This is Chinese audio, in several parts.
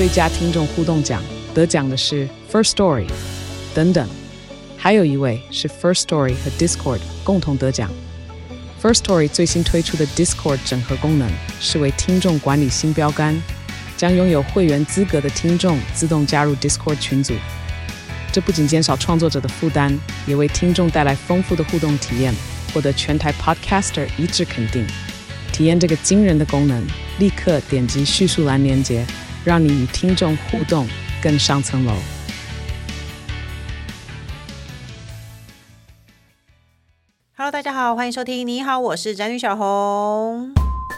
最佳听众互动奖，得奖的是 First Story 等等，还有一位是 First Story 和 Discord 共同得奖。First Story 最新推出的 Discord 整合功能是为听众管理新标杆，将拥有会员资格的听众自动加入 Discord 群组。这不仅减少创作者的负担，也为听众带来丰富的互动体验，获得全台 Podcaster 一致肯定。体验这个惊人的功能，立刻点击叙述栏连结，让你与听众互动更上层楼。 Hello， 大家好，欢迎收听。你好，我是宅女小红。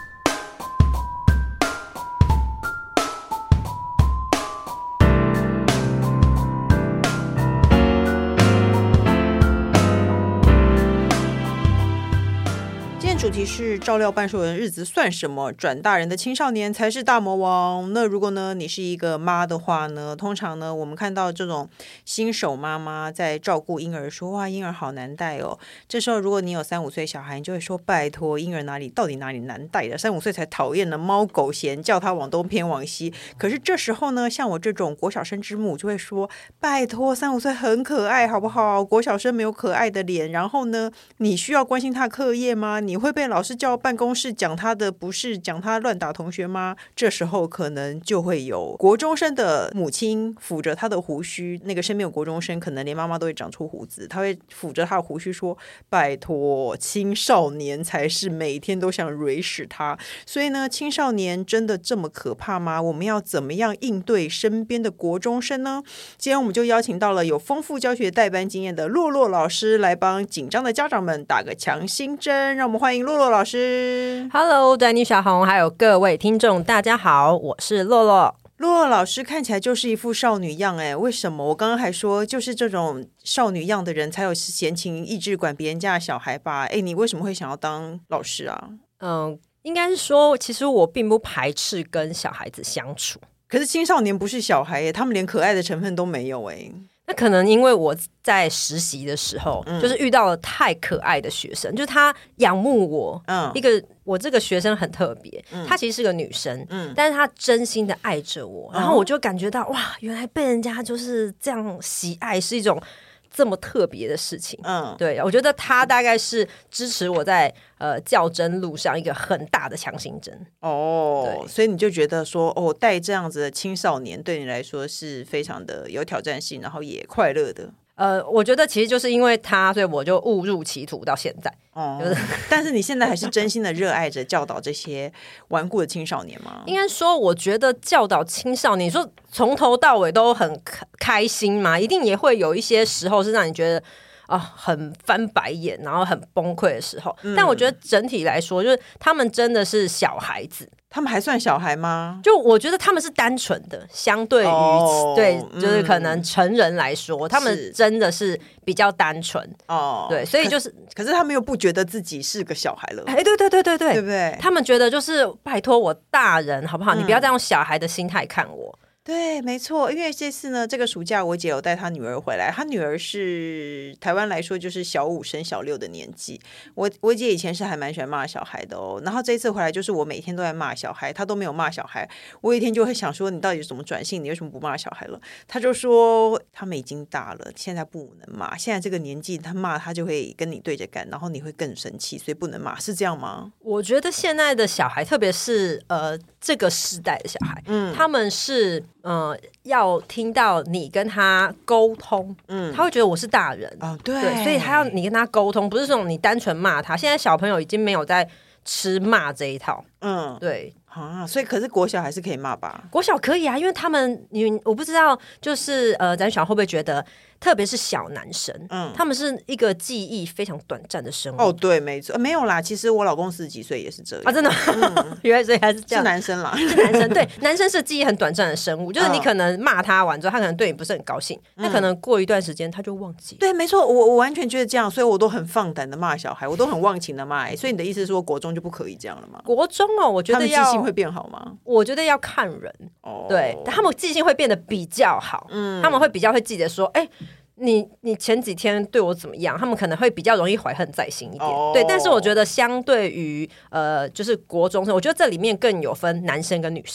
主题是照料半兽人日子算什么？转大人的青少年才是大魔王。那如果呢，你是一个妈的话呢，通常呢，我们看到这种新手妈妈在照顾婴儿说，哇，婴儿好难带哦。这时候如果你有3-5岁小孩，你就会说，拜托，婴儿到底哪里难带的？3-5岁才讨厌呢，猫狗嫌，叫他往东偏往西。可是这时候呢，像我这种国小生之母就会说，拜托，3-5岁很可爱，好不好？国小生没有可爱的脸。然后呢，你需要关心他课业吗？你会被老师叫办公室讲他的不是，讲他乱打同学吗？这时候可能就会有国中生的母亲抚着他的胡须，那个身边有国中生，可能连妈妈都会长出胡子，他会抚着他的胡须说，拜托，青少年才是每天都想蕊死他。所以呢，青少年真的这么可怕吗？我们要怎么样应对身边的国中生呢？今天我们就邀请到了有丰富教学代班经验的洛洛老师来帮紧张的家长们打个强心针，让我们欢迎洛洛老师。 Hello， 宅女小红还有各位听众大家好，我是洛洛。 洛洛老师看起来就是一副少女样为什么？我刚刚还说就是这种少女样的人才有闲情逸致管别人家的小孩吧。你为什么会想要当老师啊？ 应该是说其实我并不排斥跟小孩子相处， 可是青少年不是小孩他们连可爱的成分都没有那可能因为我在实习的时候，就是遇到了太可爱的学生，就是他仰慕我，我这个学生很特别，她其实是个女生，但是她真心的爱着我，然后我就感觉到哇，原来被人家就是这样喜爱是一种这么特别的事情。对，我觉得他大概是支持我在较真路上一个很大的强心针。 所以你就觉得说带这样子的青少年对你来说是非常的有挑战性，然后也快乐的。 我觉得其实就是因为他，所以我就误入歧途到现在。 但是你现在还是真心的热爱着教导这些顽固的青少年吗？ 应该说我觉得教导青少年，你说从头到尾都很开心嘛，一定也会有一些时候是让你觉得很翻白眼然后很崩溃的时候，但我觉得整体来说就是他们真的是小孩子。 他们还算小孩吗？ 就我觉得他们是单纯的，相对于对，就是可能成人来说，他们真的是比较单纯对，所以就是可是他们又不觉得自己是个小孩了。 对对对对对， 对不对？ 他们觉得就是拜托我大人好不好，你不要再用小孩的心态看我。 对，没错，因为这次呢，这个暑假我姐有带她女儿回来，她女儿是台湾来说就是小5升小6的年纪。我姐以前是还蛮喜欢骂小孩的然后这一次回来就是我每天都在骂小孩，她都没有骂小孩。我有一天就会想说，你到底是怎么转性？你为什么不骂小孩了？她就说他们已经大了，现在不能骂，现在这个年纪他骂他就会跟你对着干，然后你会更生气，所以不能骂，是这样吗？我觉得现在的小孩，特别是这个世代的小孩，他们是要听到你跟他沟通，他会觉得我是大人对， 所以他要你跟他沟通，不是说你单纯骂他。现在小朋友已经没有在吃骂这一套，对所以可是国小还是可以骂吧？ 国小可以啊，因为他们我不知道，就是咱小会不会觉得，特别是小男生，他们是一个记忆非常短暂的生物。 对，没错，没有啦。其实我老公40几岁也是这样真的，原来所以还是这样。 是男生啦， 是男生。对，男生是记忆很短暂的生物，就是你可能骂他完之后，他可能对你不是很高兴，那可能过一段时间他就忘记。 对，没错，我完全觉得这样，所以我都很放胆的骂小孩，我都很忘情的骂。所以你的意思是说国中就不可以这样了吗？ 国中我觉得他们记性会变好吗？ 我觉得要看人对，他们记性会变得比较好，他们会比较会记得说你前几天对我怎么样，他们可能会比较容易怀恨在心一点对，但是我觉得相对于就是国中生，我觉得这里面更有分男生跟女生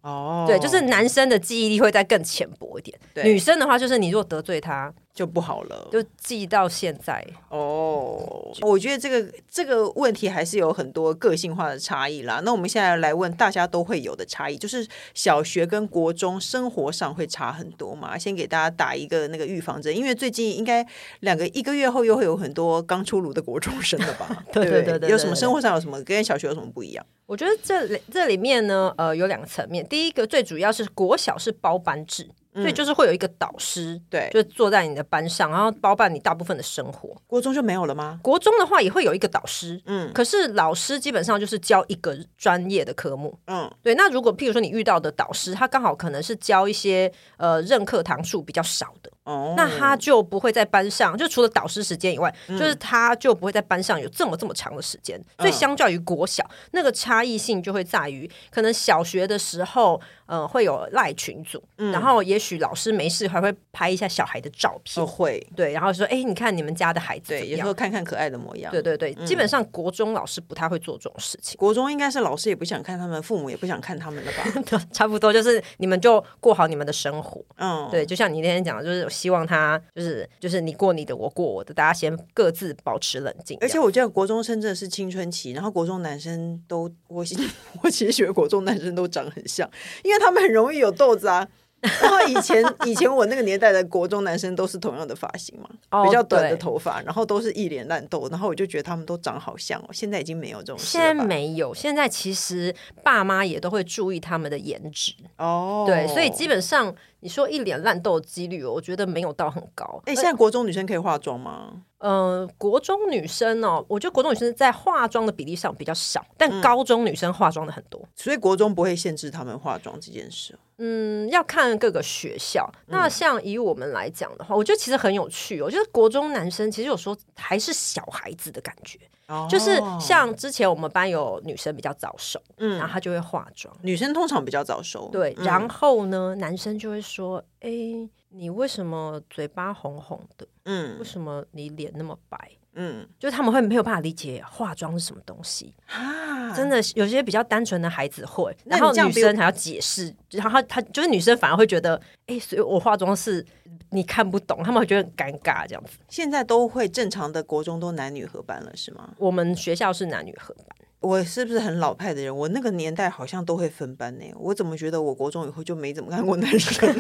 对，就是男生的记忆力会再更浅薄一点，女生的话就是你如果得罪他就不好了， 就记到现在。 我觉得这个问题还是有很多个性化的差异啦。那我们现在来问大家都会有的差异，就是小学跟国中生活上会差很多嘛？先给大家打一个那个预防针，因为最近应该一个月后又会有很多刚出炉的国中生了吧？对，有什么生活上有什么跟小学有什么不一样？ 我觉得这里面呢，有2个层面。第一个最主要是国小是包班制，所以就是会有一个导师， 对， 就坐在你的班上，然后包办你大部分的生活。 国中就没有了吗？ 国中的话也会有一个导师，可是老师基本上就是教一个专业的科目，对。那如果譬如说你遇到的导师，他刚好可能是教一些任课堂数比较少的，那他就不会在班上，就除了导师时间以外，就是他就不会在班上有这么长的时间。所以相较于国小，那个差异性就会在于，可能小学的时候会有赖群组，然后也许老师没事还会拍一下小孩的照片， 会， 对，然后说你看你们家的孩子怎么样， 对，有时候看看可爱的模样， 对，基本上国中老师不太会做这种事情。 国中应该是老师也不想看他们，父母也不想看他们了吧？ 差不多就是你们就过好你们的生活，对，就像你那天讲的，就是希望他就是你过你的，我过我的，大家先各自保持冷静。 而且我觉得国中生真的是青春期，然后国中男生都我其实觉得国中男生都长很像，因为他们很容易有痘子啊。然后以前我那个年代的国中男生都是同样的发型嘛，比较短的头发，然后都是一脸烂痘，然后我就觉得他们都长好像哦。现在已经没有这种事了吧？ 现在没有，现在其实爸妈也都会注意他们的颜值对，所以基本上你说一脸烂痘的几率，我觉得没有到很高。 现在国中女生可以化妆吗？ 国中女生我觉得国中女生在化妆的比例上比较少，但高中女生化妆的很多， 所以国中不会限制他们化妆这件事。 要看各个学校。那像以我们来讲的话，我觉得其实很有趣。我觉得国中男生其实有时候还是小孩子的感觉，就是像之前我们班有女生比较早熟，然后她就会化妆。 女生通常比较早熟， 对。然后呢，男生就会说：“你为什么嘴巴红红的？为什么你脸那么白？”就他们会没有办法理解化妆是什么东西真的有些比较单纯的孩子会，然后女生还要解释，然后他就是女生反而会觉得所以我化妆是你看不懂，他们会觉得很尴尬这样子。 现在都会正常的国中都男女合班了是吗？ 我们学校是男女合班。 我是不是很老派的人？我那个年代好像都会分班呢。我怎么觉得我国中以后就没怎么看过男生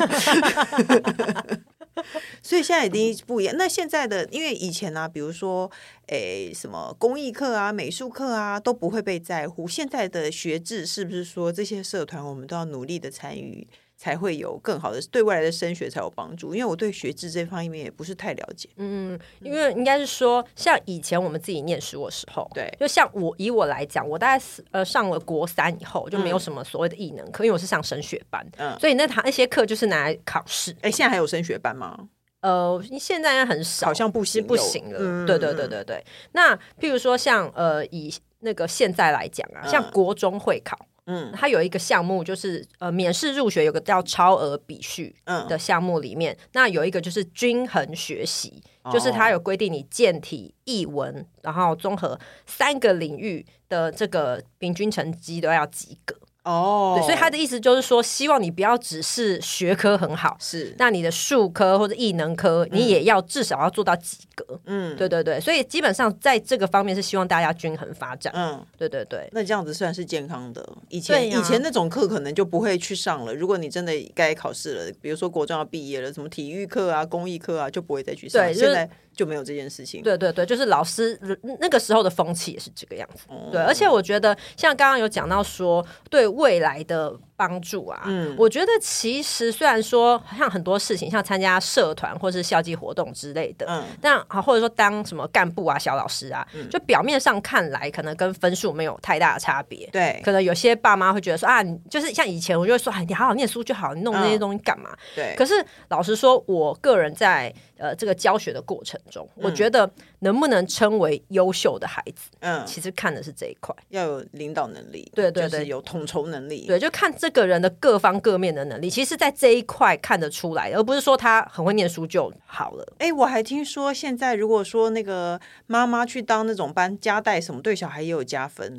所以现在已经不一样。那现在的，因为以前啊，比如说什么工艺课啊、美术课啊都不会被在乎，现在的学制是不是说这些社团我们都要努力的参与，才会有更好的对未来的升学才有帮助？因为我对学制这方面也不是太了解。 因为应该是说，像以前我们自己念书的时候， 对， 就像以我来讲，我大概上了国3以后就没有什么所谓的艺能课，因为我是上升学班，所以那些课就是拿来考试。 现在还有升学班吗？ 现在很少， 好像不行了。对。那譬如说像以那个现在来讲啊，像国中会考。它有一个项目就是免试入学，有个叫超额比序的项目里面，那有一个就是均衡学习，就是它有规定你健体、艺文，然后综合3个领域的这个平均成绩都要及格。对，所以他的意思就是说，希望你不要只是学科很好， 是， 那你的术科或者艺能科，你也要至少要做到及格。对，所以基本上在这个方面是希望大家均衡发展。对。 那这样子算是健康的。以前那种课可能就不会去上了。如果你真的该考试了，比如说国中要毕业了，什么体育课啊、公益课啊，就不会再去上。现在就没有这件事情。 对，就是老师那个时候的风气也是这个样子。对，而且我觉得像刚刚有讲到说对未来的帮助啊，我觉得其实虽然说像很多事情，像参加社团或是校际活动之类的，但或者说当什么干部啊、小老师啊，就表面上看来可能跟分数没有太大的差别。 对， 可能有些爸妈会觉得说就是像以前我就会说你好好念书就好，你弄那些东西干嘛？ 对。 可是老实说，我个人在这个教学的过程中，我觉得能不能称为优秀的孩子，其实看的是这一块， 要有领导能力， 对， 就是有统筹能力， 对，就看这个人的各方各面的能力，其实在这一块看得出来，而不是说他很会念书就好了。 我还听说现在如果说那个妈妈去当那种班家带什么，对小孩也有加分嘞。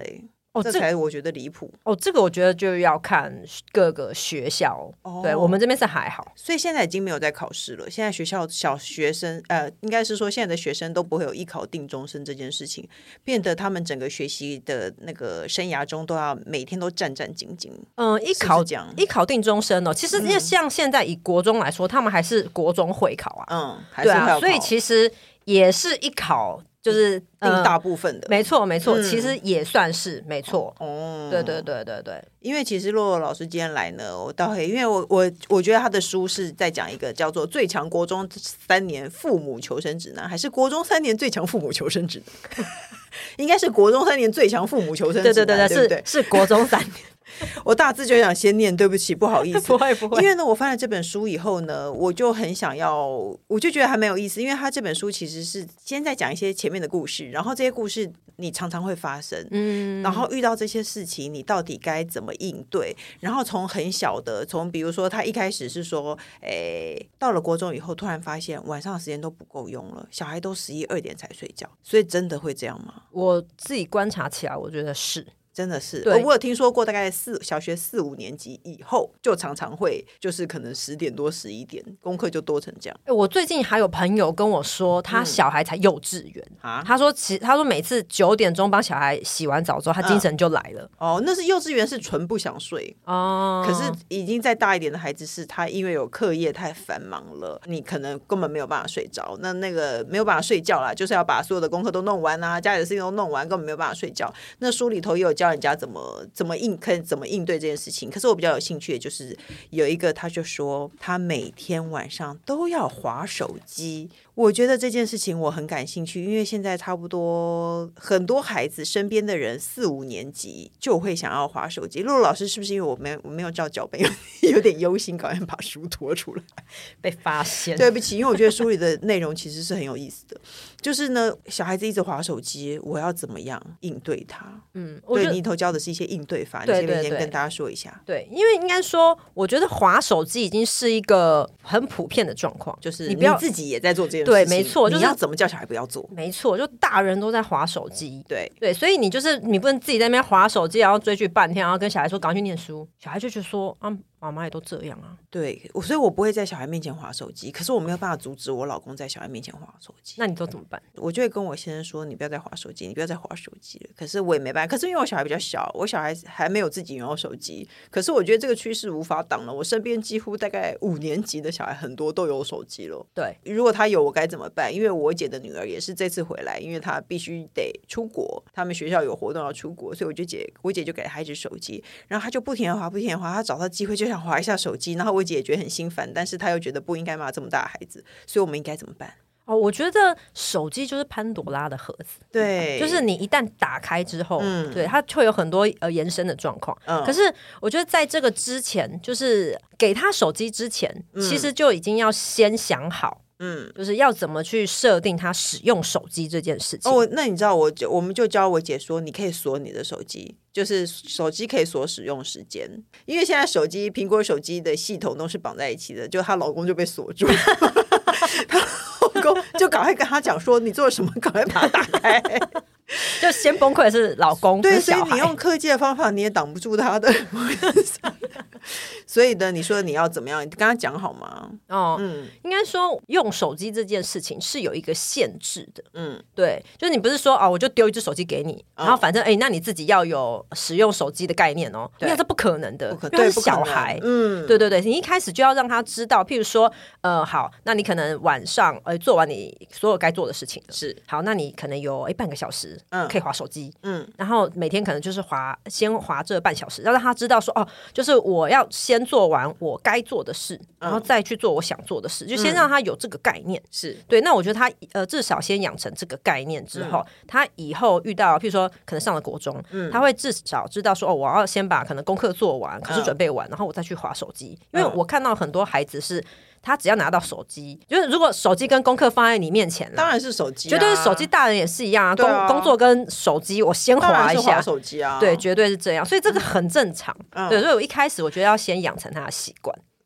这才我觉得离谱。 这个我觉得就要看各个学校。对，我们这边是还好， 所以现在已经没有在考试了。现在学校小学生应该是说现在的学生都不会有一考定终身这件事情，变得他们整个学习的那个生涯中都要每天都战战兢兢。 一考定终身其实像现在以国中来说，他们还是国中会考啊， 还是会考， 所以其实也是一考。就是定大部分的， 没错，其实也算是没错。对， 因为其实洛洛老师今天来呢，我倒会，因为我觉得他的书是在讲一个叫做《最强国中3年父母求生指南》，还是国中3年最强父母求生指南？应该是国中3年最强父母求生指南，对， 是国中3年。 我大致就想先念，对不起，不好意思， 不会， 因为呢，我翻了这本书以后呢，我就很想要，我就觉得还蛮有意思，因为他这本书其实是先在讲一些前面的故事，然后这些故事你常常会发生，然后遇到这些事情，你到底该怎么应对？然后从很小的，从比如说他一开始是说，到了国中以后，突然发现晚上的时间都不够用了，小孩都11、2点才睡觉，所以真的会这样吗？ 我自己观察起来，我觉得是。 真的是，我有听说过，大概小学4、5年级以后，就常常会就是可能10点多、11点，功课就多成这样。 我最近还有朋友跟我说，他小孩才幼稚园他说每次9点钟帮小孩洗完澡之后，他精神就来了。 那是幼稚园是纯不想睡可是已经再大一点的孩子是他因为有课业太繁忙了，你可能根本没有办法睡着，那个没有办法睡觉啦，就是要把所有的功课都弄完啊，家里的事情都弄完，根本没有办法睡觉。那书里头也有教人家怎么应对这件事情。可是我比较有兴趣的就是有一个，他就说他每天晚上都要滑手机。我觉得这件事情我很感兴趣，因为现在差不多很多孩子身边的人4、5年级就会想要滑手机。洛洛老师是不是因为我没有照脚本有点忧心，赶快把书拖出来被发现？ 对不起，因为我觉得书里的内容其实是很有意思的。就是呢，小孩子一直滑手机，我要怎么样应对他？对，泥头教的是一些应对法，你先跟大家说一下。 对，因为应该说，我觉得滑手机已经是一个很普遍的状况， 就是你自己也在做这件事情。 对，没错， 你要怎么叫小孩不要做？ 没错，就大人都在滑手机。 对， 所以你不能自己在那边滑手机，然后追剧半天，然后跟小孩说赶快去念书，小孩就觉得说妈妈也都这样啊。 对，所以我不会在小孩面前滑手机，可是我没有办法阻止我老公在小孩面前滑手机。 那你都怎么办？ 我就会跟我先生说，你不要再滑手机，你不要再滑手机了。可是我也没办法，可是因为我小孩比较小，我小孩还没有自己拥有手机。可是我觉得这个趋势无法挡了，我身边几乎大概5年级的小孩很多都有手机了。 对， 如果他有，我该怎么办？因为我姐的女儿也是这次回来，因为她必须得出国，他们学校有活动要出国，所以我姐就给了她一只手机，然后她就不停地滑，她找到机会就想滑一下手机，然后我姐也觉得很心烦，但是她又觉得不应该骂这么大的孩子，所以我们应该怎么办？ 我觉得手机就是潘多拉的盒子， 对， 就是你一旦打开之后，对，它会有很多延伸的状况。可是我觉得在这个之前，就是给他手机之前，其实就已经要先想好。就是要怎么去设定他使用手机这件事情。 那你知道我们就教我姐说，你可以锁你的手机，就是手机可以锁使用时间，因为现在苹果手机的系统都是绑在一起的，就她老公就被锁住她老公就赶快跟她讲说，你做了什么，赶快把它打开就先崩溃的是老公， 对，所以你用科技的方法你也挡不住他的所以呢，你说你要怎么样？你跟他讲好吗？ 应该说用手机这件事情是有一个限制的。对，就是你不是说我就丢一只手机给你，然后反正那你自己要有使用手机的概念哦，因为这不可能的，因为是小孩。对，你一开始就要让他知道，譬如说，好，那你可能晚上做完你所有该做的事情了， 是好，那你可能有半个小时可以滑手机，然后每天可能就是先滑这半小时，要让他知道说就是我要先做完我该做的事，然后再去做我想做的事，就先让他有这个概念。 是对，那我觉得他至少先养成这个概念之后，他以后遇到譬如说可能上了国中，他会至少知道说我要先把可能功课做完，考试准备完，然后我再去滑手机。因为我看到很多孩子是他只要拿到手机，就是如果手机跟功课放在你面前， 当然是手机， 绝对是手机。大人也是一样工作跟手机我先滑一下， 当然是滑手机啊， 对，绝对是这样，所以这个很正常。对，所以我一开始我觉得要先养成他的习惯。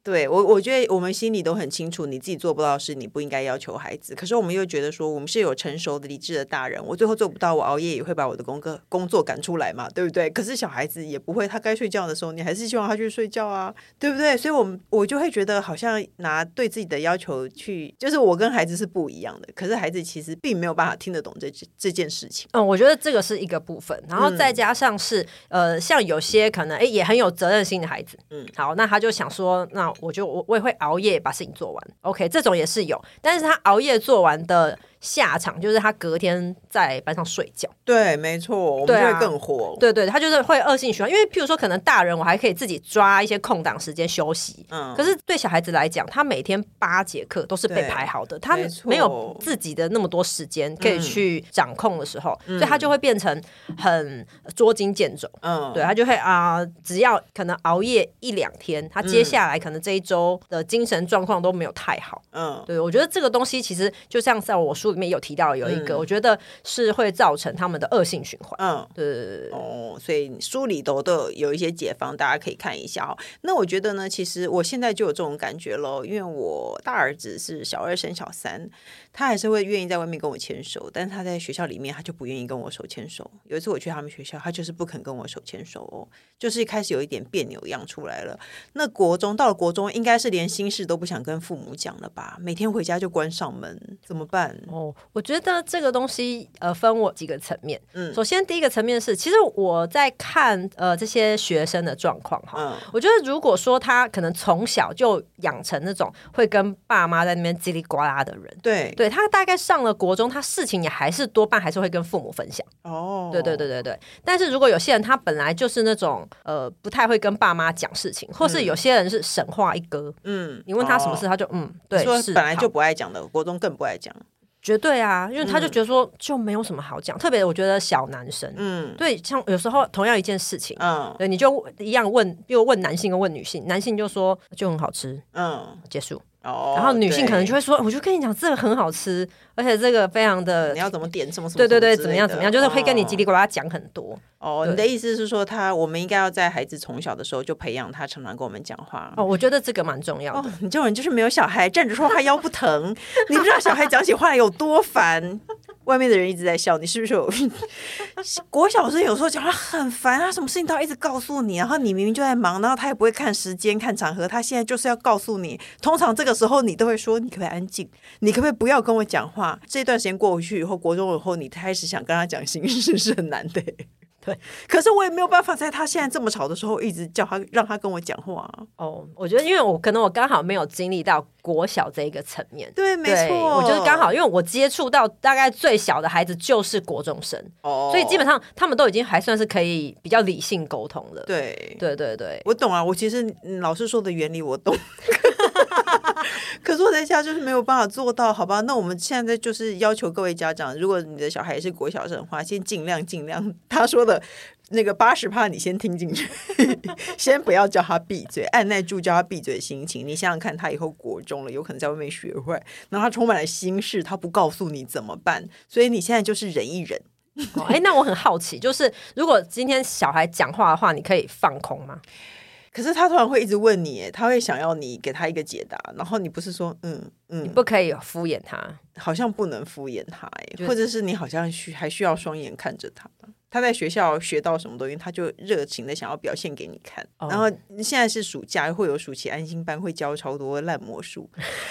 对，我觉得我们心里都很清楚，你自己做不到的事，你不应该要求孩子。可是我们又觉得说，我们是有成熟的、理智的大人，我最后做不到，我熬夜也会把我的工作赶出来嘛，对不对？可是小孩子也不会，他该睡觉的时候，你还是希望他去睡觉啊，对不对？所以我就会觉得，好像拿对自己的要求去，就是我跟孩子是不一样的。可是孩子其实并没有办法听得懂这件事情。 我觉得这个是一个部分，然后再加上是像有些可能也很有责任心的孩子，好，那他就想说，那我也会熬夜把事情做完 ，OK， 这种也是有，但是他熬夜做完的下场就是他隔天在班上睡觉。 对，没错，我们就会更火。 对对，他就是会恶性循环。因为譬如说，可能大人我还可以自己抓一些空档时间休息，可是对小孩子来讲，他每天8节课都是被排好的，他没有自己的那么多时间可以去掌控的时候，所以他就会变成很捉襟见肘。对，他就会只要可能熬夜1-2天，他接下来可能这一周的精神状况都没有太好。对，我觉得这个东西其实就像在我书里面有提到有一个，我觉得是会造成他们的恶性循环。对。 所以书里都有一些解方，大家可以看一下。那我觉得呢，其实我现在就有这种感觉咯，因为我大儿子是小2升小3，他还是会愿意在外面跟我牵手，但是他在学校里面他就不愿意跟我手牵手。有一次我去他们学校，他就是不肯跟我手牵手就是开始有一点别扭样出来了。那到了国中应该是连心事都不想跟父母讲了吧，每天回家就关上门，怎么办？ 我觉得这个东西分我几个层面。首先第一个层面是，其实我在看这些学生的状况我觉得如果说他可能从小就养成那种会跟爸妈在那边叽里呱啦的人，对，他大概上了国中，他事情也还是多半还是会跟父母分享。对。但是如果有些人他本来就是那种不太会跟爸妈讲事情，或是有些人是神话一哥，你问他什么事他就对， 说本来就不爱讲的，国中更不爱讲。 绝对啊，因为他就觉得说就没有什么好讲，特别我觉得小男生，对，像有时候同样一件事情，对，你就一样又问男性跟问女性，男性就说就很好吃，结束。然后女性可能就会说，我就跟你讲这个很好吃，而且这个非常的， 你要怎么点什么对，怎么样，就是会跟你叽里呱啦讲很多。 你的意思是说我们应该要在孩子从小的时候就培养他常常跟我们讲话。 我觉得这个蛮重要的。 你这种人就是没有小孩，站着说话腰不疼，你不知道小孩讲起话有多烦。外面的人一直在笑，你是不是有国小生有时候讲话很烦，他什么事情都要一直告诉你，然后你明明就在忙，然后他也不会看时间看场合，他现在就是要告诉你。通常这个时候你都会说，你可不可以安静，你可不可以不要跟我讲话。这段时间过去以后，国中以后你开始想跟他讲心事是很难的。对，可是我也没有办法在他现在这么吵的时候一直让他跟我讲话。 我觉得因为我刚好没有经历到国小这一个层面。 对，没错， 我觉得刚好因为我接触到大概最小的孩子就是国中生，所以基本上他们都已经还算是可以比较理性沟通了。对， 我懂啊，我其实老师说的原理我懂可是我在家就是没有办法做到，好吧？那我们现在就是要求各位家长，如果你的小孩也是国小生的话，先尽量他说的那个80%你先听进去先不要叫他闭嘴，按耐住叫他闭嘴的心情。你想想看，他以后国中了，有可能在外面学坏，然后他充满了心事，他不告诉你怎么办？所以你现在就是忍一忍。 那我很好奇，就是如果今天小孩讲话的话，你可以放空吗？ 可是他突然会一直问你，他会想要你给他一个解答，然后你不是说你不可以敷衍他， 好像不能敷衍他或者是你好像还需要双眼看着他。他在学校学到什么东西，他就热情的想要表现给你看。然后现在是暑假，会有暑期安心班，会教超多烂魔术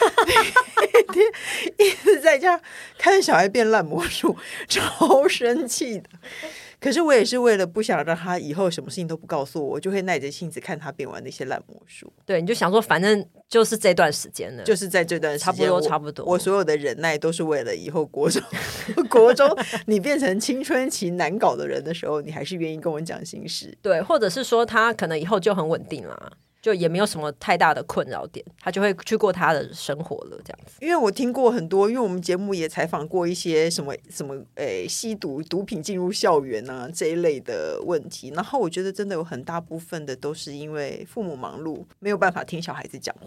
一直在家看小孩变烂魔术，超生气的。可是我也是为了不想让他以后什么事情都不告诉我，就会耐着性子看他变完那些烂魔术。 对，你就想说反正就是这段时间了， 就是在这段时间差不多我所有的忍耐都是为了以后国中你变成青春期难搞的人的时候，你还是愿意跟我讲心事。 对，或者是说他可能以后就很稳定了，就也没有什么太大的困扰点，他就会去过他的生活了这样子。 因为我听过很多，因为我们节目也采访过一些什么吸毒品进入校园啊这一类的问题，然后我觉得真的有很大部分的都是因为父母忙碌，没有办法听小孩子讲话，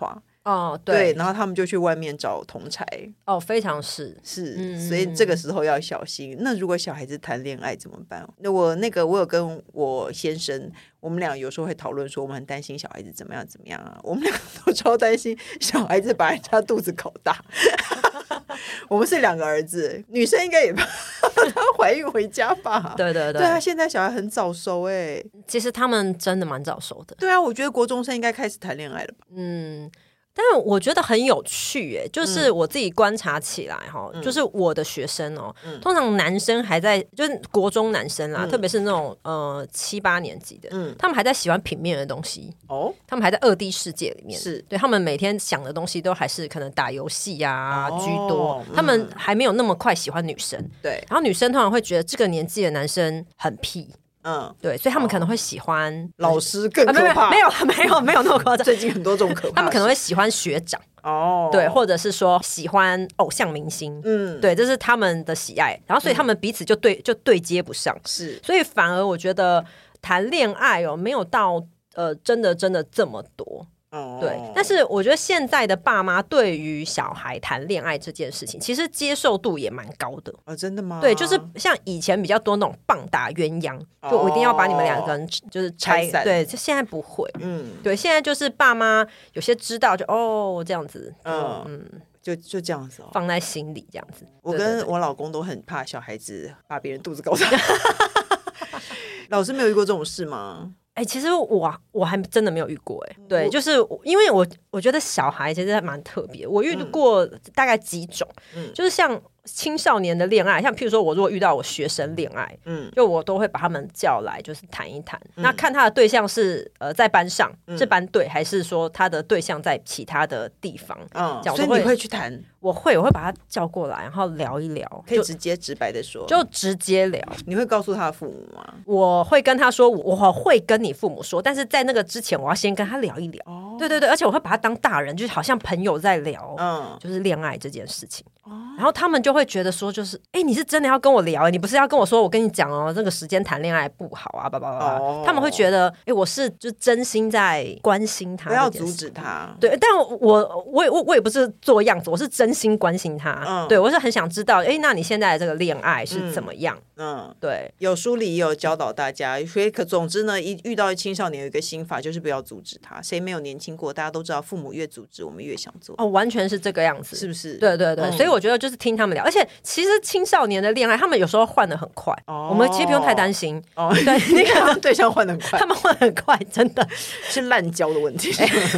哦， 对，然后他们就去外面找同侪。 哦，非常是， 所以这个时候要小心。那如果小孩子谈恋爱怎么办？那我有跟我先生，我们俩有时候会讨论说，我们很担心小孩子怎么样啊。我们俩都超担心小孩子把人家肚子搞大。我们是2个儿子，女生应该也怕她怀孕回家吧？ 对对对， 对啊，现在小孩很早熟其实他们真的蛮早熟的。 对啊，我觉得国中生应该开始谈恋爱了吧？ 但我觉得很有趣就是我自己观察起来就是我的学生通常男生还在就是国中男生啦，特别是那种7、8年级的，他们还在喜欢平面的东西他们还在2D 世界里面，是对他们每天想的东西都还是可能打游戏啊居多，他们还没有那么快喜欢女生，对，然后女生通常会觉得这个年纪的男生很屁。对，所以他们可能会喜欢老师，更可怕。 没有那么夸张。 最近很多种可怕， 他们可能会喜欢学长对，或者是说喜欢偶像明星，对，这是他们的喜爱。然后所以他们彼此就对接不上，是，所以反而我觉得谈恋爱没有到真的这么多。对，但是我觉得现在的爸妈对于小孩谈恋爱这件事情，其实接受度也蛮高的。 真的吗？ 对，就是像以前比较多那种棒打鸳鸯，就我一定要把你们2个人就是拆散。对，现在不会。对，现在就是爸妈有些知道就这样子， 就这样子放在心里这样子。 我跟我老公都很怕小孩子把别人肚子搞大。老师没有遇过这种事吗？ 其实我还真的没有遇过对，就是因为我觉得小孩其实蛮特别，我遇过大概几种，就是像青少年的恋爱，像譬如说我如果遇到我学生恋爱，就我都会把他们叫来就是谈一谈，那看他的对象是在班上是班对，还是说他的对象在其他的地方， 所以你会去谈？ 我会把他叫过来，然后聊一聊， 可以直接直白的说， 就直接聊。 你会告诉他的父母吗？ 我会跟他说，我会跟你父母说，但是在那个之前，我要先跟他聊一聊。对对对，而且我会把他当大人，就是好像朋友在聊，就是恋爱这件事情。然后他们就会觉得说，就是你是真的要跟我聊，你不是要跟我说，我跟你讲这个时间谈恋爱不好啊，他们会觉得，我是就真心在关心他， 不要阻止他。 对，但我也不是做样子，我是真心关心他。对，我是很想知道，那你现在的这个恋爱是怎么样？对， 有书里也有教导大家，所以总之呢，一遇到青少年有一个心法，就是不要阻止他。谁没有年轻过？大家都知道，父母越阻止，我们越想做。 完全是这个样子， 是不是？ 对对对，所以我觉得就是听他们聊，而且其实青少年的恋爱，他们有时候换得很快，我们其实不用太担心。 对，那个对象换得很快， 他们换得很快，真的是滥交的问题。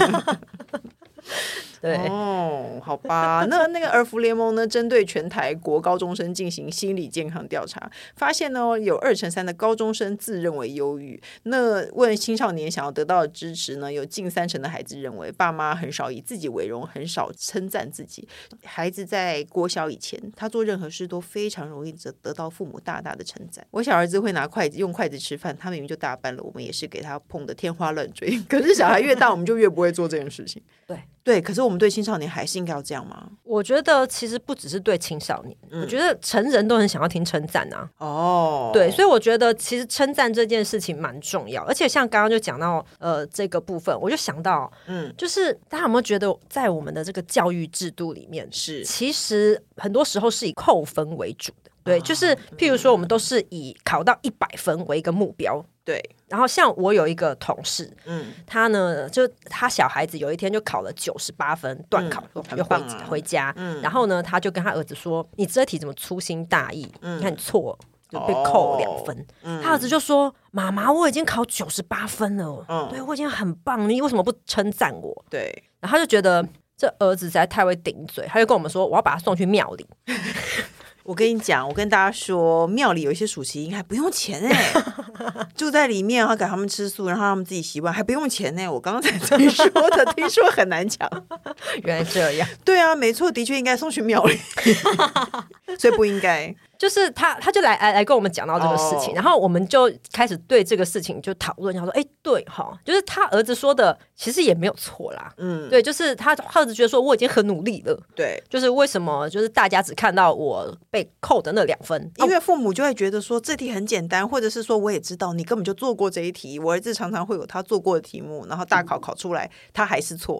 对好吧，那个儿福联盟呢，针对全台国高中生进行心理健康调查，发现呢有2成3的高中生自认为忧郁。那问青少年想要得到的支持呢，有近3成的孩子认为爸妈很少以自己为荣，很少称赞自己。孩子在国小以前，他做任何事都非常容易得到父母大大的称赞。我小儿子会拿筷子用筷子吃饭，他明明就大班了，我们也是给他碰得天花乱坠。可是小孩越大，我们就越不会做这件事情。对，可是我们对青少年还是应该要这样吗？ 我觉得其实不只是对青少年，我觉得成人都很想要听称赞啊。对，所以我觉得其实称赞这件事情蛮重要，而且像刚刚就讲到这个部分，我就想到就是大家有没有觉得在我们的这个教育制度里面，是其实很多时候是以扣分为主的。对，就是譬如说我们都是以考到100分为一个目标。对，然后像我有一个同事，他呢，就他小孩子有一天就考了98分，断考就回家，然后呢，他就跟他儿子说：“你这题怎么粗心大意？你看你错，就被扣2分。他儿子就说：“妈妈，我已经考98分了，对我已经很棒，你为什么不称赞我？”对，然后他就觉得这儿子实在太会顶嘴，他就跟我们说：“我要把他送去庙里。” 我跟你讲，我跟大家说，庙里有一些暑期营还不用钱住在里面，然后给他们吃素，然后让他们自己习惯，还不用钱我刚刚才听说的，听说很难抢。 原来这样。 对啊，没错，的确应该送去庙里，所以不应该。 就是他就来跟我们讲到这个事情，然后我们就开始对这个事情就讨论，他说对就是他儿子说的其实也没有错啦，对，就是他儿子觉得说我已经很努力了，对，就是为什么就是大家只看到我被扣的那2分， 因为父母就会觉得说这题很简单，或者是说我也知道你根本就做过这一题，我儿子常常会有他做过的题目，然后大考考出来他还是错。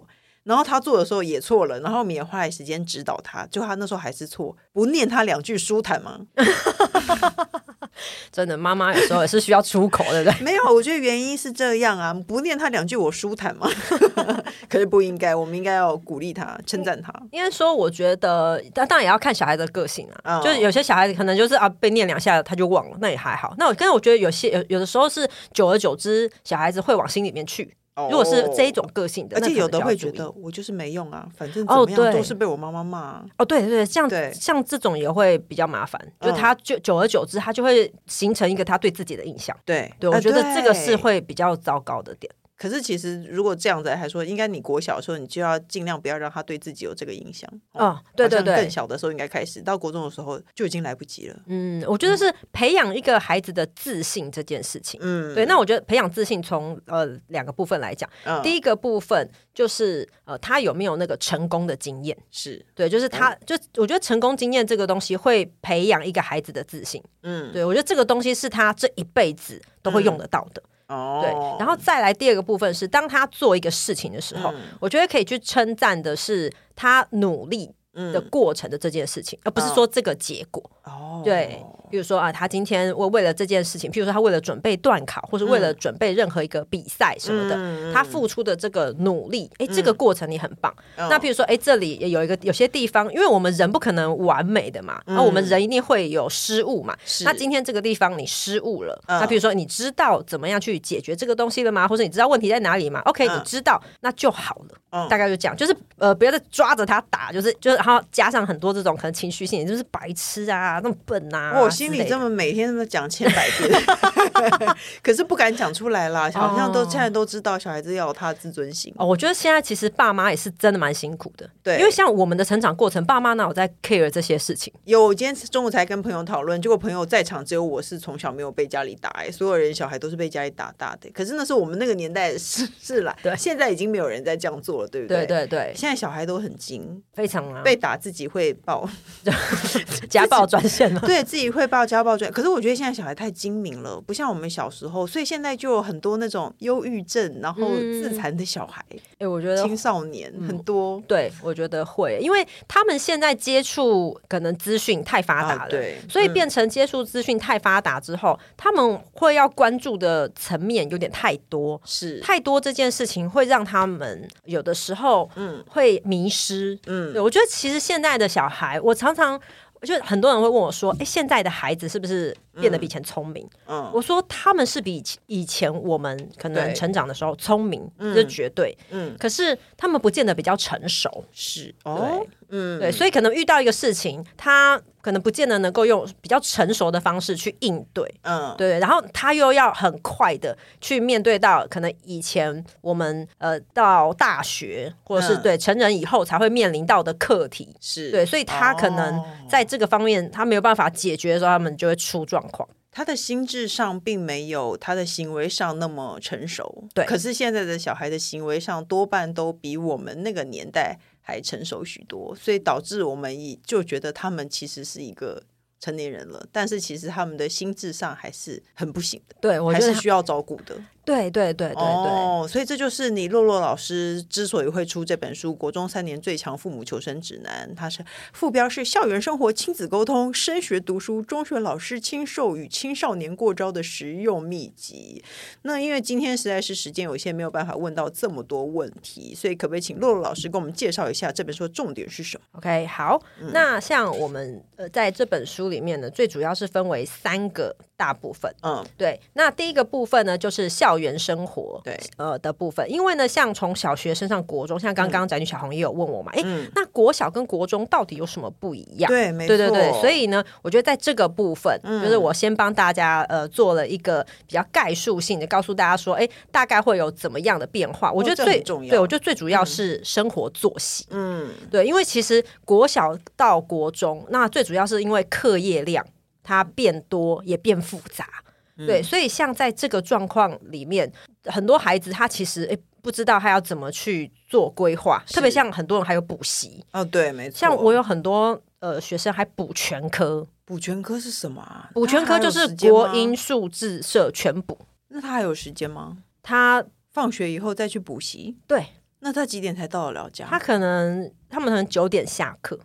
然后他做的时候也错了，然后我们也花了时间指导他，就他那时候还是错，不念他2句舒坦吗？ 真的，妈妈有时候也是需要出口，对不对？ 没有，我觉得原因是这样啊，不念他2句我舒坦吗？可是不应该，我们应该要鼓励他，称赞他。 应该说，我觉得当然也要看小孩的个性啊，就是有些小孩子可能就是被念2下他就忘了，那也还好。那我觉得有的时候是久而久之，小孩子会往心里面去。如果是这一种个性的， 而且有的会觉得我就是没用啊，反正怎么样都是被我妈妈骂。 对，像这种也会比较麻烦，就他久而久之，他就会形成一个他对自己的印象。对，我觉得这个是会比较糟糕的点。 可是其实如果这样子来说，应该你国小的时候，你就要尽量不要让他对自己有这个影响。 对， 更小的时候应该开始，到国中的时候就已经来不及了。 我觉得是培养一个孩子的自信这件事情。对，那我觉得培养自信从2个部分来讲。第一个部分就是他有没有那个成功的经验， 是对，就是我觉得成功经验这个东西会培养一个孩子的自信。对，我觉得这个东西是他这一辈子都会用得到的。对，然后再来第2个部分是，当他做一个事情的时候，我觉得可以去称赞的是他努力的过程的这件事情，而不是说这个结果。对，比如说他今天为了这件事情，譬如说他为了准备段考，或是为了准备任何一个比赛什么的，他付出的这个努力，这个过程你很棒。那譬如说这里有些地方，因为我们人不可能完美的嘛，那我们人一定会有失误嘛。那今天这个地方你失误了，那譬如说你知道怎么样去解决这个东西了吗？或者你知道问题在哪里吗？ OK， 你知道那就好了。大概就这样，就是不要再抓着他打，就是然后加上很多这种可能情绪性，就是白痴啊，那么笨啊。 我心里这么每天这么讲100遍，可是不敢讲出来啦。好像现在都知道小孩子要有他的自尊心。 我觉得现在其实爸妈也是真的蛮辛苦的。 对， 因为像我们的成长过程，爸妈哪有在 care 这些事情？ 我今天中午才跟朋友讨论，结果朋友在场只有我是从小没有被家里打，所有人小孩都是被家里打大的。可是那是我们那个年代的事啦。对，现在已经没有人在这样做了，对不对？ 对， 现在小孩都很精， 非常啊， 被打自己会报家暴专线了。 对，自己会报家暴专。可是我觉得现在小孩太精明了，不像我们小时候，所以现在就有很多那种忧郁症然后自残的小孩。 我觉得青少年很多。 对，我觉得会，因为他们现在接触可能资讯太发达了， 对， 所以变成接触资讯太发达之后，他们会要关注的层面有点太多， 是太多这件事情会让他们有的时候会迷失。对，我觉得其实现在的小孩，我常常就很多人会问我说现在的孩子是不是变得比以前聪明？我说他们是比以前我们可能成长的时候聪明，这是绝对。可是他们不见得比较成熟。 是对，所以可能遇到一个事情，他可能不见得能够用比较成熟的方式去应对。对，然后他又要很快的去面对到可能以前我们到大学或者是对成人以后才会面临到的课题。 是对，所以他可能在这个方面他没有办法解决的时候，他们就会出状况。 他的心智上并没有他的行为上那么成熟。 对， 可是现在的小孩的行为上多半都比我们那个年代还成熟许多，所以导致我们就觉得他们其实是一个成年人了，但是其实他们的心智上还是很不行的。 对，我觉得还是需要照顾的。 对， 所以这就是你洛洛老师之所以会出这本书《国中3年最强父母求生指南》，它是副标是校园生活亲子沟通升学读书中学老师亲授与青少年过招的实用秘籍。那因为今天实在是时间有限，没有办法问到这么多问题，所以可不可以请洛洛老师跟我们介绍一下这本书的重点是什么？ OK， 好，那像我们在这本书里面呢，最主要是分为3个大部分。对，那第一个部分呢就是校园生活的部分，因为呢像从小学升上国中，像刚刚宅女小红也有问我嘛，那国小跟国中到底有什么不一样？ 对，没错， 对，所以呢我觉得在这个部分，就是我先帮大家做了一个比较概述性的告诉大家说大概会有怎么样的变化。我觉得最重要，对，我觉得最主要是生活作息。对，因为其实国小到国中，那最主要是因为课业量它变多也变复杂。对，所以像在这个状况里面，很多孩子他其实不知道他要怎么去做规划，特别像很多人还有补习。 对，没错， 像我有很多学生还补全科。 补全科是什么啊？ 补全科就是国英数自社全补。 那他还有时间吗？ 他放学以后再去补习？ 对， 那他几点才到得了家？ 他们可能9点下课。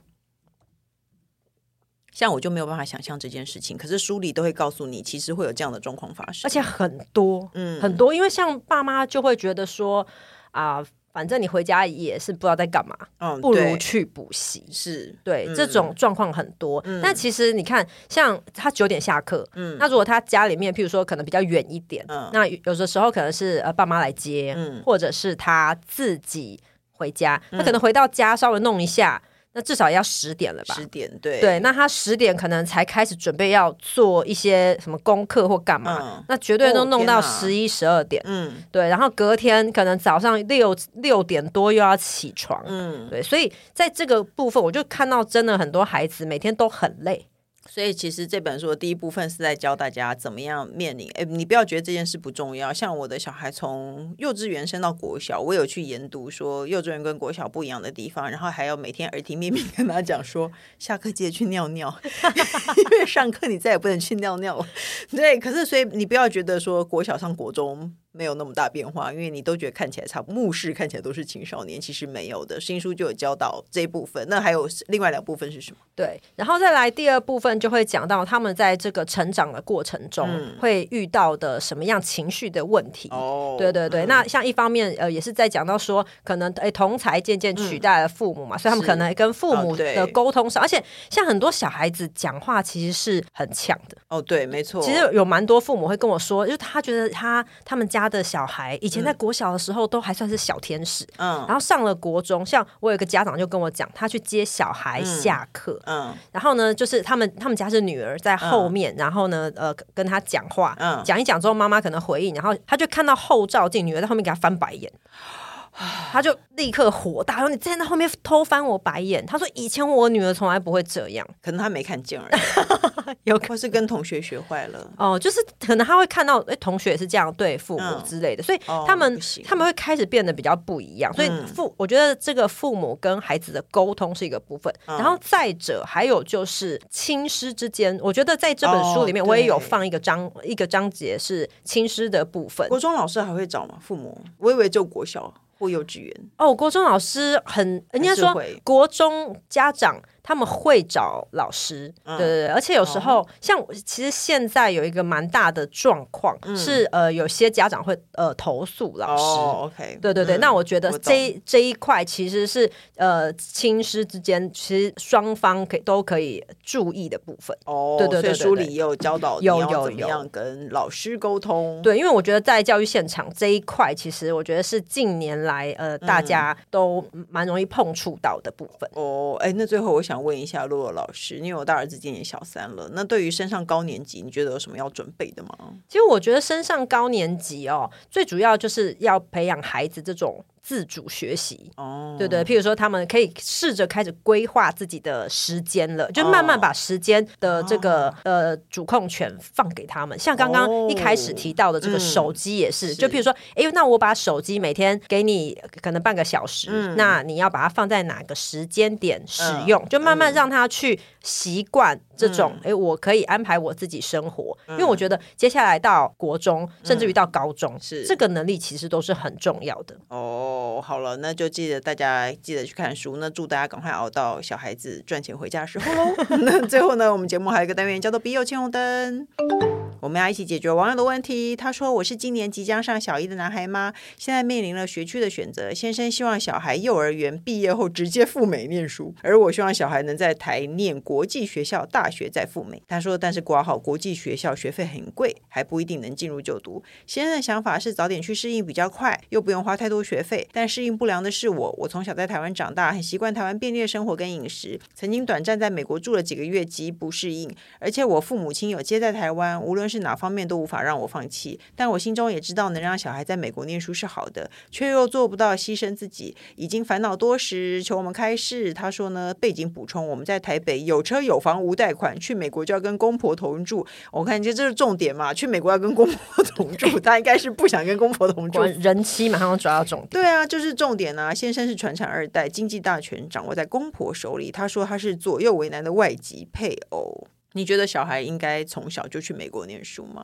像我就没有办法想象这件事情，可是书里都会告诉你其实会有这样的状况发生， 而且很多很多，因为像爸妈就会觉得说反正你回家也是不知道在干嘛，不如去补习。 是对，这种状况很多。但其实你看，像他9点下课，那如果他家里面譬如说可能比较远一点，那有的时候可能是爸妈来接，或者是他自己回家，他可能回到家稍微弄一下，那至少要10点了吧 ？10点，对对，那他10点可能才开始准备要做一些什么功课或干嘛，那绝对都弄到11、12点。对，然后隔天可能早上6点多又要起床。对，所以在这个部分，我就看到真的很多孩子每天都很累。 所以其实这本书的第一部分是在教大家怎么样面临，你不要觉得这件事不重要。像我的小孩从幼稚园升到国小，我有去研读说幼稚园跟国小不一样的地方，然后还要每天耳提面命跟他讲说下课记得去尿尿因为上课你再也不能去尿尿了。对，可是所以你不要觉得说国小上国中没有那么大变化，因为你都觉得看起来差不多，目视看起来都是青少年，其实没有的。新书就有教导这一部分。那还有另外2部分是什么？ 对，然后再来第2部分就会讲到他们在这个成长的过程中会遇到的什么样情绪的问题。对对对，那像一方面也是在讲到说可能同侪渐渐取代了父母嘛，所以他们可能跟父母的沟通上，而且像很多小孩子讲话其实是很呛的。 对，没错。 其实有蛮多父母会跟我说，就是他觉得他们家的小孩以前在国小的时候都还算是小天使，然后上了国中，像我有一个家长就跟我讲，他去接小孩下课，然后呢就是他们家是女儿在后面，然后呢跟他讲话，讲一讲之后妈妈可能回应，然后他就看到后照镜女儿在后面给他翻白眼，他就立刻火大说你站在后面偷翻我白眼。他说以前我女儿从来不会这样， 可能他没看见而已或是跟同学学坏了就是可能他会看到同学也是这样对父母之类的，所以他们会开始变得比较不一样。所以我觉得这个父母跟孩子的沟通是一个部分，然后再者还有就是亲师之间，我觉得在这本书里面我也有放一个章节是亲师的部分。 国中老师还会找吗？父母？我以为就国小或幼稚园。 国中老师人家说国中家长他们会找老师，对对对，而且有时候像其实现在有一个蛮大的状况是有些家长会投诉老师 OK， 对对对，那我觉得这一块其实是亲师之间其实双方都可以注意的部分。对对对， 所以书里也有教导你要怎么样跟老师沟通。 对，因为我觉得在教育现场这一块其实我觉得是近年来大家都蛮容易碰触到的部分。 那最后我想问一下洛洛老师，因为我大儿子今年小3了，那对于升上高年级你觉得有什么要准备的吗？ 其实我觉得升上高年级最主要就是要培养孩子这种自主学习。对对，譬如说他们可以试着开始规划自己的时间了，就慢慢把时间的这个主控权放给他们。像刚刚一开始提到的这个手机也是，就譬如说那我把手机每天给你可能半个小时，那你要把它放在哪个时间点使用，就慢慢让他去习惯这种我可以安排我自己生活。因为我觉得接下来到国中甚至于到高中，这个能力其实都是很重要的。 好了，那就大家记得去看书。那祝大家赶快熬到小孩子赚钱回家的时候咯那最后呢，我们节目还有一个单元叫做笔友青红灯，我们要一起解决网友的问题。他说，我是今年即将上小1的男孩妈，现在面临了学区的选择。先生希望小孩幼儿园毕业后直接赴美念书，而我希望小孩能在台念国际学校，大学再赴美。他说，但是挂号国际学校学费很贵，还不一定能进入就读。先生的想法是早点去适应比较快，又不用花太多学费，但适应不良的是我从小在台湾长大，很习惯台湾便利的生活跟饮食，曾经短暂在美国住了几个月，极不适应。而且我父母亲有接在台湾，无论是哪方面都无法让我放弃，但我心中也知道能让小孩在美国念书是好的，却又做不到牺牲自己，已经烦恼多时，求我们开示。他说呢，背景补充，我们在台北有车有房无贷款，去美国就要跟公婆同住。我看这是重点嘛，去美国要跟公婆同住，他应该是不想跟公婆同住。 人妻马上抓到重点。 对啊，就是重点啊。先生是传产2代，经济大权掌握在公婆手里。他说他是左右为难的外籍配偶。你觉得小孩应该从小就去美国念书吗？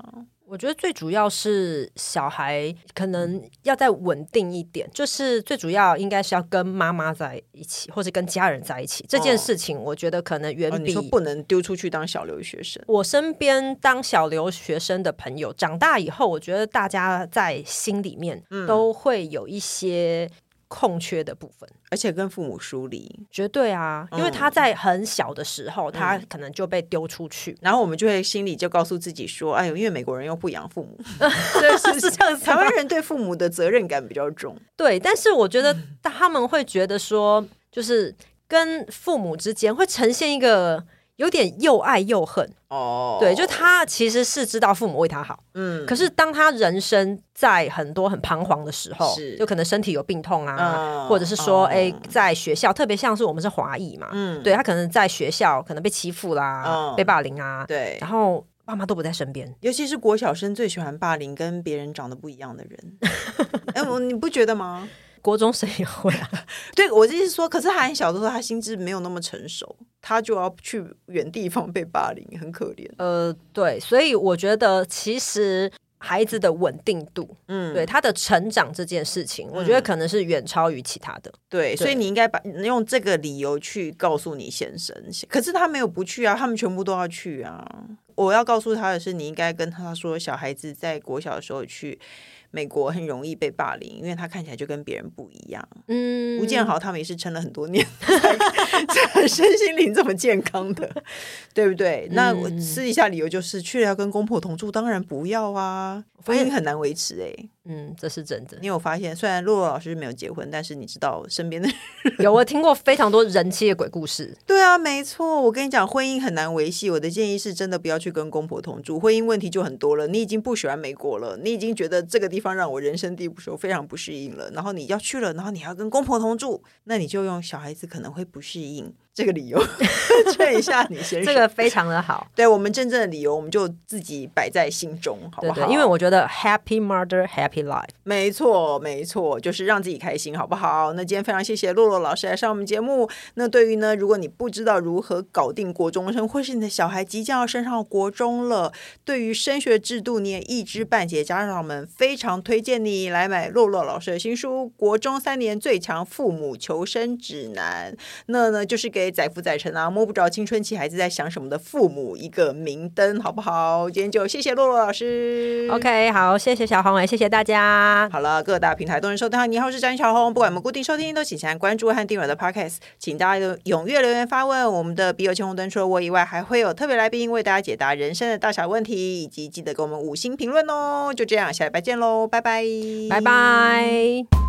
我觉得最主要是小孩可能要再稳定一点，就是最主要应该是要跟妈妈在一起，或是跟家人在一起。这件事情我觉得可能远比你说不能丢出去当小留学生。 我身边当小留学生的朋友长大以后，我觉得大家在心里面都会有一些空缺的部分， 而且跟父母疏离。 绝对啊，因为他在很小的时候他可能就被丢出去， 然后我们就会心里就告诉自己说，哎呦，因为美国人又不养父母是这样子。 台湾人对父母的责任感比较重。 对，但是我觉得他们会觉得说，就是跟父母之间会呈现一个有点又爱又恨。对，就他其实是知道父母为他好，可是当他人生在很多很彷徨的时候，就可能身体有病痛啊，或者是说在学校，特别像是我们是华裔嘛，对，他可能在学校可能被欺负啦，被霸凌啊， 对， 然后爸妈都不在身边， 尤其是国小生最喜欢霸凌跟别人长得不一样的人你不觉得吗？ 国中生也会啊。 对，我就是说，可是他很小的时候他心智没有那么成熟，他就要去远地方被霸凌，很可怜。 对，所以我觉得其实孩子的稳定度，对他的成长这件事情，我觉得可能是远超于其他的。 对，所以你应该用这个理由去告诉你先生，可是他没有不去啊，他们全部都要去啊。我要告诉他的是，你应该跟他说，小孩子在国小的时候去美国很容易被霸凌，因为他看起来就跟别人不一样。吴建豪他们也是撑了很多年才身心灵这么健康的，对不对？那我私底下理由就是去了要跟公婆同住，当然不要啊，婚姻很难维持这是真的。 你有发现，虽然洛洛老师没有结婚，但是你知道身边的有，我听过非常多人妻的鬼故事。 对啊，没错，我跟你讲，婚姻很难维系。我的建议是真的不要去跟公婆同住，婚姻问题就很多了。你已经不喜欢美国了，你已经觉得这个地方让我人生地不熟，非常不适应了，然后你要去了，然后你还要跟公婆同住，那你就用小孩子可能会不适应这个理由劝一下你先生。 这个非常的好。 对，我们真正的理由我们就自己摆在心中，好不好？ 对，因为我觉得 happy mother happy life。 没错没错，就是让自己开心，好不好？那今天非常谢谢洛洛老师来上我们节目。那对于呢，如果你不知道如何搞定国中生，或是你的小孩即将要升上国中了，对于升学制度你也一知半解，家长们非常推荐你来买洛洛老师的新书《国中3年最强父母求生指南》。那呢，就是给载浮载沉啊，摸不着青春期孩子在想什么的父母一个明灯，好不好？今天就谢谢洛洛老师。 OK， 好，谢谢小红，也谢谢大家。 好了，各大平台都能收听。你好，我是詹小红，不管我们固定收听都请先关注和订阅我的 Podcast， 请大家踊跃留言发问。我们的笔友青红灯除了我以外，还会有特别来宾为大家解答人生的大小问题，以及记得给我们5星评论哦。就这样，下礼拜见喽，拜拜， 拜拜。